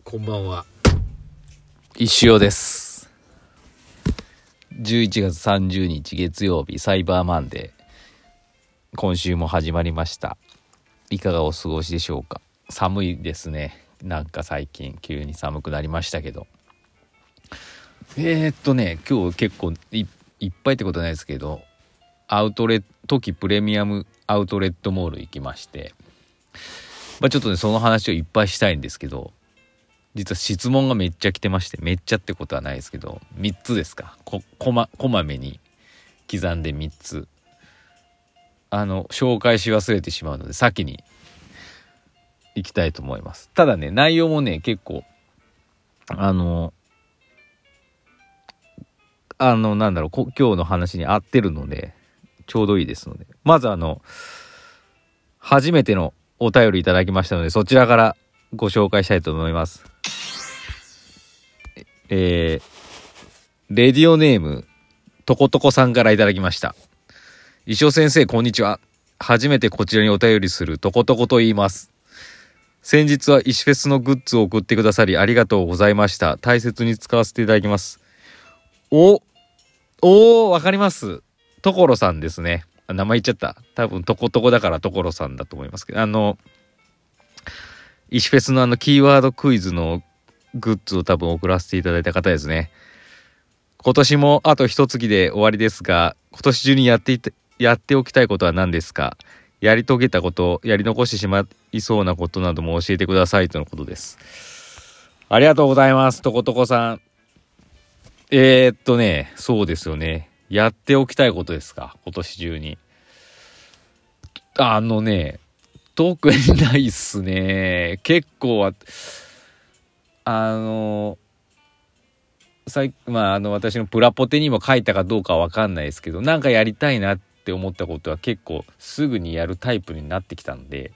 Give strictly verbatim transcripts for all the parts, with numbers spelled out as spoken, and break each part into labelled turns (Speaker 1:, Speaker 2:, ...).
Speaker 1: こんばんは。
Speaker 2: 石尾です。じゅういちがつさんじゅうにち月曜日、サイバーマンデー。今週も始まりました。いかがお過ごしでしょうか。寒いですね。なんか最近急に寒くなりましたけど。えー、っとね、今日結構 い, いっぱいってことはないですけど、アウトレット、時プレミアムアウトレットモール行きまして、まあ、ちょっとねその話をいっぱいしたいんですけど、実は質問がめっちゃ来てまして、めっちゃってことはないですけど、みっつですか。こ、こま、こまめに刻んでみっつ。あの、紹介し忘れてしまうので、先に行きたいと思います。ただね、内容もね、結構、あの、あの、なんだろう、こ今日の話に合ってるので、ちょうどいいですので。まずあの、初めてのお便りいただきましたので、そちらからご紹介したいと思います。えー、レディオネームとことこさんからいただきました。石尾先生、こんにちは。初めてこちらにお便りするとことこと言います。先日は石フェスのグッズを送ってくださりありがとうございました。大切に使わせていただきます。おおー、わかります。ところさんですね。名前言っちゃった。多分とことこだからところさんだと思いますけど、あの石フェスのあのキーワードクイズのグッズを多分送らせていただいた方ですね。今年もあと一月で終わりですが、今年中にやっていてやっておきたいことは何ですか？やり遂げたこと、やり残してしまいそうなことなども教えてくださいとのことです。ありがとうございます。とことこさん。えー、っとね、そうですよね。やっておきたいことですか？今年中に。あのね、特にないっすね。結構はあのさいまああの私のプラポテにも書いたかどうかは分かんないですけど、なんかやりたいなって思ったことは結構すぐにやるタイプになってきたんで、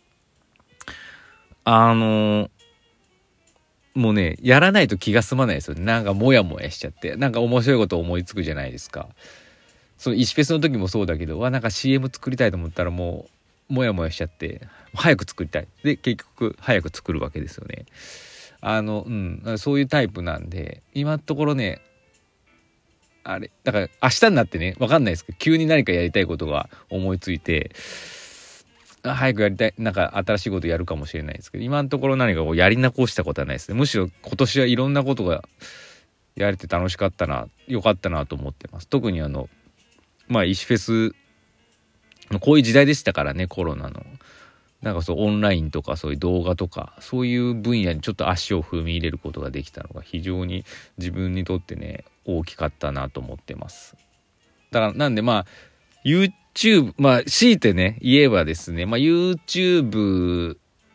Speaker 2: あのもうねやらないと気が済まないですよね。なんかモヤモヤしちゃって、なんか面白いこと思いつくじゃないですか。その石フェスの時もそうだけど、わなんか シーエム 作りたいと思ったらもうモヤモヤしちゃって早く作りたいで結局早く作るわけですよね。あのうんそういうタイプなんで、今のところねあれだから明日になってね分かんないですけど、急に何かやりたいことが思いついて早くやりたい、なんか新しいことやるかもしれないですけど、今のところ何かこうやり残したことはないですね。むしろ今年はいろんなことがやれて楽しかったな、良かったなと思ってます。特にあのまあ石フェスこういう時代でしたからね、コロナのなんかそうオンラインとかそういう動画とかそういう分野にちょっと足を踏み入れることができたのが非常に自分にとってね大きかったなと思ってます。だからなんでまあ YouTube まあ強いてね言えばですね、まあ YouTube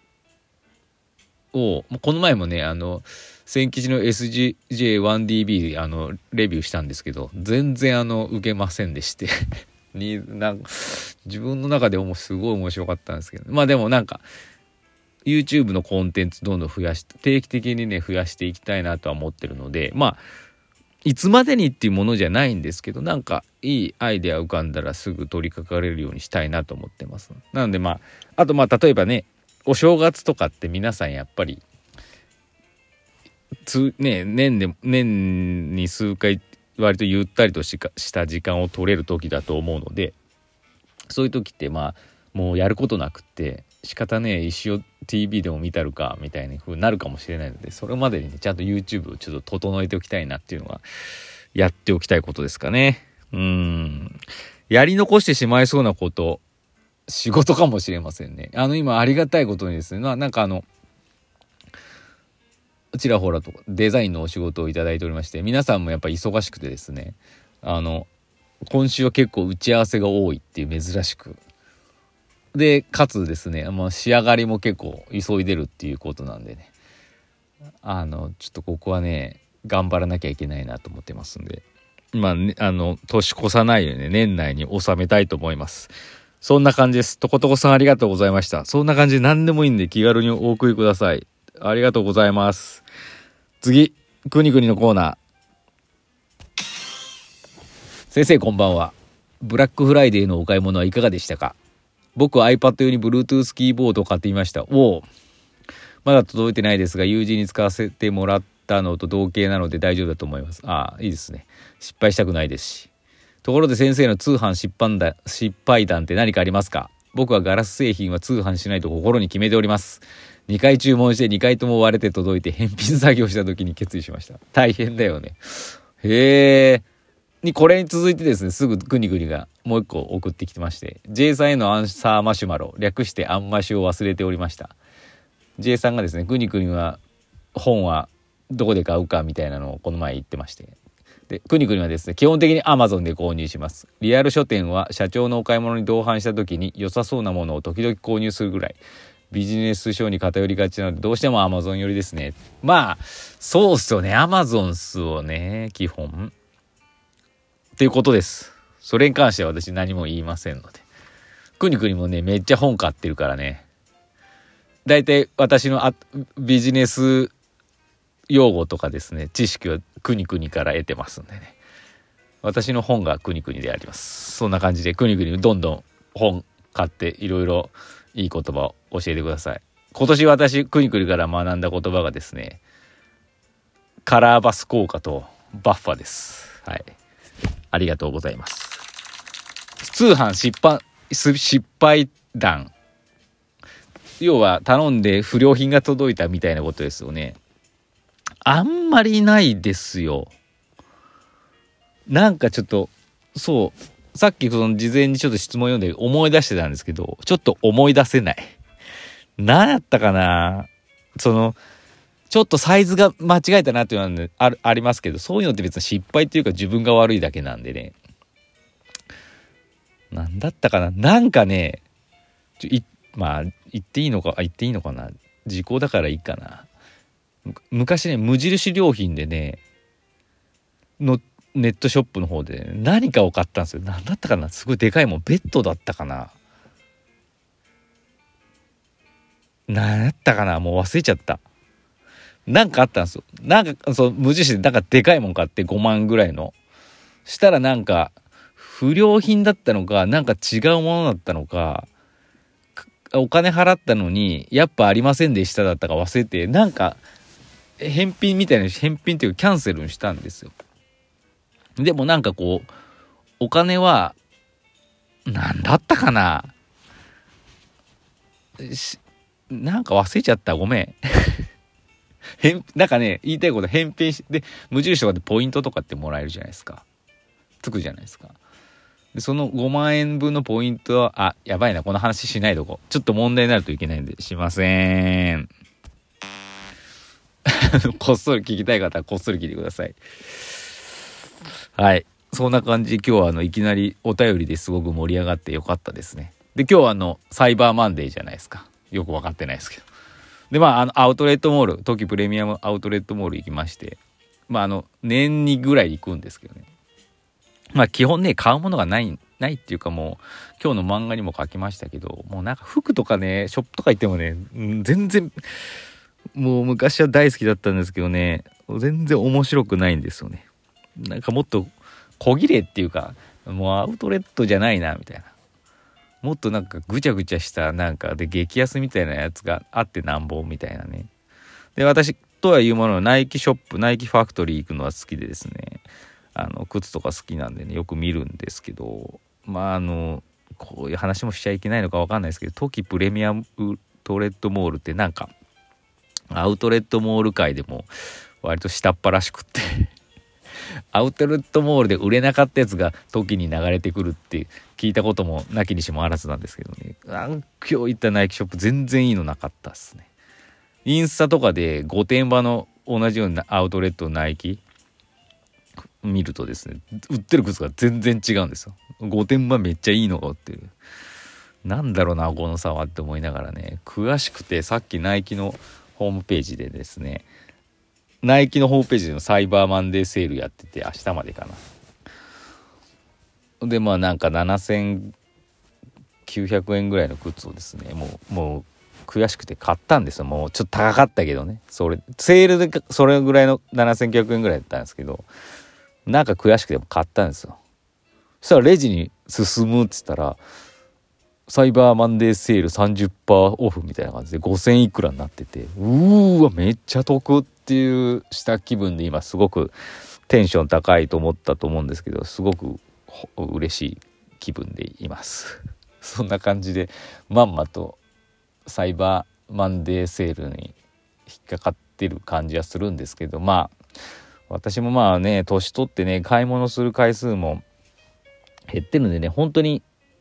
Speaker 2: をこの前もねあの千吉の エスジェーワンディービー あのレビューしたんですけど、全然あの受けませんでしてになんか自分の中でもすごい面白かったんですけど、まあでもなんか YouTube のコンテンツどんどん増やして定期的にね増やしていきたいなとは思ってるので、まあいつまでにっていうものじゃないんですけど、なんかいいアイデア浮かんだらすぐ取り掛かれるようにしたいなと思ってます。なのでまああとまあ例えばねお正月とかって皆さんやっぱりつね年で年に数回割とゆったりとしかした時間を取れる時だと思うので、そういう時ってまあもうやることなくって仕方ねえ石尾 ティーブイ でも見たるかみたいな風になるかもしれないので、それまでにねちゃんと YouTube をちょっと整えておきたいなっていうのがやっておきたいことですかね。うーんやり残してしまいそうなこと、仕事かもしれませんね。あの今ありがたいことにですね、ななんかあのちらほらとデザインのお仕事をいただいておりまして、皆さんもやっぱり忙しくてですね、あの今週は結構打ち合わせが多いっていう珍しくで、かつですね、まあ、仕上がりも結構急いでるっていうことなんでね、あのちょっとここはね頑張らなきゃいけないなと思ってますんで、まあ、ね、あの年越さないようにね年内に収めたいと思います。そんな感じです。とことこさんありがとうございました。そんな感じで何でもいいんで気軽にお送りください。ありがとうございます。次、くにくにのコーナー。先生こんばんは。ブラックフライデーのお買い物はいかがでしたか？僕は iPad 用に Bluetooth キーボードを買ってみました。おお、 まだ届いてないですが、友人に使わせてもらったのと同型なので大丈夫だと思います。ああ、いいですね。失敗したくないですし。ところで先生の通販失敗談、失敗談って何かありますか？僕はガラス製品は通販しないと心に決めております。にかい注文してにかいとも割れて届いて返品作業した時に決意しました。大変だよね。へえ。にこれに続いてですね、すぐグニグニがもう一個送ってきてまして、 J さんへのアンサーマシュマロ、略してアンマシュを忘れておりました。 J さんがですね、グニグニは本はどこで買うかみたいなのをこの前言ってまして、でグニグニはですね、基本的に Amazon で購入します。リアル書店は社長のお買い物に同伴した時に良さそうなものを時々購入するぐらい、ビジネス書に偏りがちなのでどうしても Amazon 寄りですね。まあそうっすよね、 Amazon っすよね、基本っていうことです。それに関しては私何も言いませんので。くにくにもね、めっちゃ本買ってるからね。だいたい私のあビジネス用語とかですね、知識はくにくにから得てますんでね。私の本がくにくにであります。そんな感じでくにくにどんどん本買っていろいろいい言葉を教えてください。今年私くにくにから学んだ言葉がですね、カラーバス効果とバッファです。はい。ありがとうございます。通販失敗失敗談、要は頼んで不良品が届いたみたいなことですよね。あんまりないですよ。なんかちょっとそうさっきその事前にちょっと質問読んで思い出してたんですけど、ちょっと思い出せない。何やったかな。そのちょっとサイズが間違えたなっていうのは、ね、あるありますけど、そういうのって別に失敗っていうか自分が悪いだけなんでね。なんだったかな。なんかね、ちょいまあ言っていいのか言っていいのかな。時効だからいいかな。昔ね、無印良品でねのネットショップの方で、ね、何かを買ったんですよ。なんだったかな。すごいでかいもん、ベッドだったかな。なんだったかな。もう忘れちゃった。なんかあったんですよ。なんかそう無印でなんかでかいもん買ってごまんぐらいの。したらなんか不良品だったのか、なんか違うものだったのか、お金払ったのにやっぱありませんでしただったか忘れて、なんか返品みたいな、返品っていうかキャンセルにしたんですよ。でもなんかこうお金はなんだったかな、なんか忘れちゃった。ごめん。なんかね、言いたいこと返品して、で無印とかでポイントとかってもらえるじゃないですか。つくじゃないですか。でそのごまんえんぶんのポイントは、あ、やばいな、この話しないとこちょっと問題になるといけないんでしません。こっそり聞きたい方はこっそり聞いてください。はい、そんな感じで今日はあのいきなりお便りですごく盛り上がってよかったですね。で今日はあのサイバーマンデーじゃないですか。よく分かってないですけど、でまああのアウトレットモール、東急プレミアムアウトレットモール行きまして、まああの年にぐらい行くんですけどね、まあ基本ね買うものがないないっていうか、もう今日の漫画にも書きましたけど、もうなんか服とかねショップとか行ってもね、全然もう昔は大好きだったんですけどね、全然面白くないんですよね。なんかもっと小切れっていうか、もうアウトレットじゃないなみたいな、もっとなんかぐちゃぐちゃしたなんかで激安みたいなやつがあってなんぼみたいなね。で私とはいうもののナイキショップ、ナイキファクトリー行くのは好きでですね、あの靴とか好きなんでねよく見るんですけど、まああのこういう話もしちゃいけないのか分かんないですけど、東急プレミアムアウトレットモールってなんかアウトレットモール界でも割と下っ端らしくってアウトレットモールで売れなかったやつが時に流れてくるって聞いたこともなきにしもあらずなんですけどね、あ今日行ったナイキショップ全然いいのなかったっすね。インスタとかで御殿場の同じようなアウトレットのナイキ見るとですね、売ってる靴が全然違うんですよ。御殿場めっちゃいいのが売ってる。なんだろうなこの差はって思いながらね、詳しくてさっきナイキのホームページでですね、ナイキのホームページでのサイバーマンデーセールやってて、明日までかな。でまあなんかななせんきゅうひゃくえんぐらいの靴をですね、もうもう悔しくて買ったんですよ。もうちょっと高かったけどね、それセールでそれぐらいのななせんきゅうひゃくえんぐらいだったんですけど、なんか悔しくても買ったんですよ。そしたらレジに進むって言ったら、 サイバーマンデーセール さんじゅっパーセント オフみたいな感じでごせんいくらになってて、うーわめっちゃ得っていうした気分で今すごくテンション高いと思ったと思うんですけど、すごく嬉しい気分でいますそんな感じでまんまとサイバーマンデーセールに引っかかってる感じはするんですけど、まあ私もまあね年取ってね買い物する回数も減ってるんでね、本当に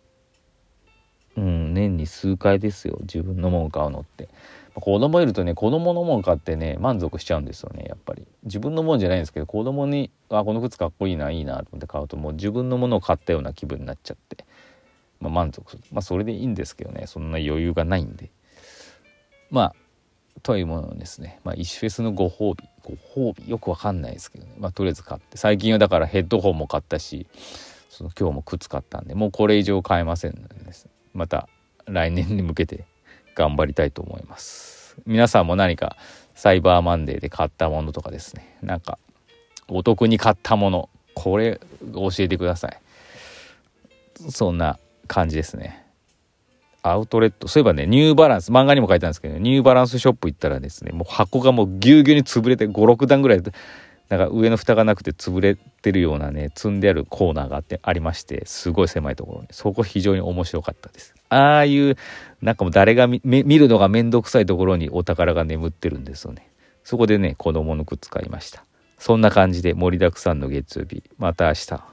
Speaker 2: うん年に数回ですよ、自分のもの買うのって。子供いるとね、子供のもの買ってね満足しちゃうんですよね。やっぱり自分のものじゃないんですけど、子供にあこの靴かっこいいないいなと思って買うと、もう自分のものを買ったような気分になっちゃって、まあ、満足する。まあそれでいいんですけどね、そんな余裕がないんで。まあというものですね、まあ石フェスのご褒美ご褒美よくわかんないですけどね、まあとりあえず買って、最近はだからヘッドホンも買ったし、その今日も靴買ったんで、もうこれ以上買えませんのでですね、また来年に向けて頑張りたいと思います。皆さんも何かサイバーマンデーで買ったものとかですね、なんかお得に買ったもの、これ教えてください。そんな感じですね。アウトレット、そういえばねニューバランス、漫画にも書いてあるんですけど、ニューバランスショップ行ったらですね、もう箱がもうぎゅうぎゅうに潰れてごろくだんぐらいなんか上の蓋がなくて潰れてるようなね積んであるコーナーがあってありまして、すごい狭いところに、そこ非常に面白かったです。ああいうなんかもう誰が 見, 見るのがめんどくさいところにお宝が眠ってるんですよね。そこでね子供の靴買いました。そんな感じで盛りだくさんの月曜日、また明日。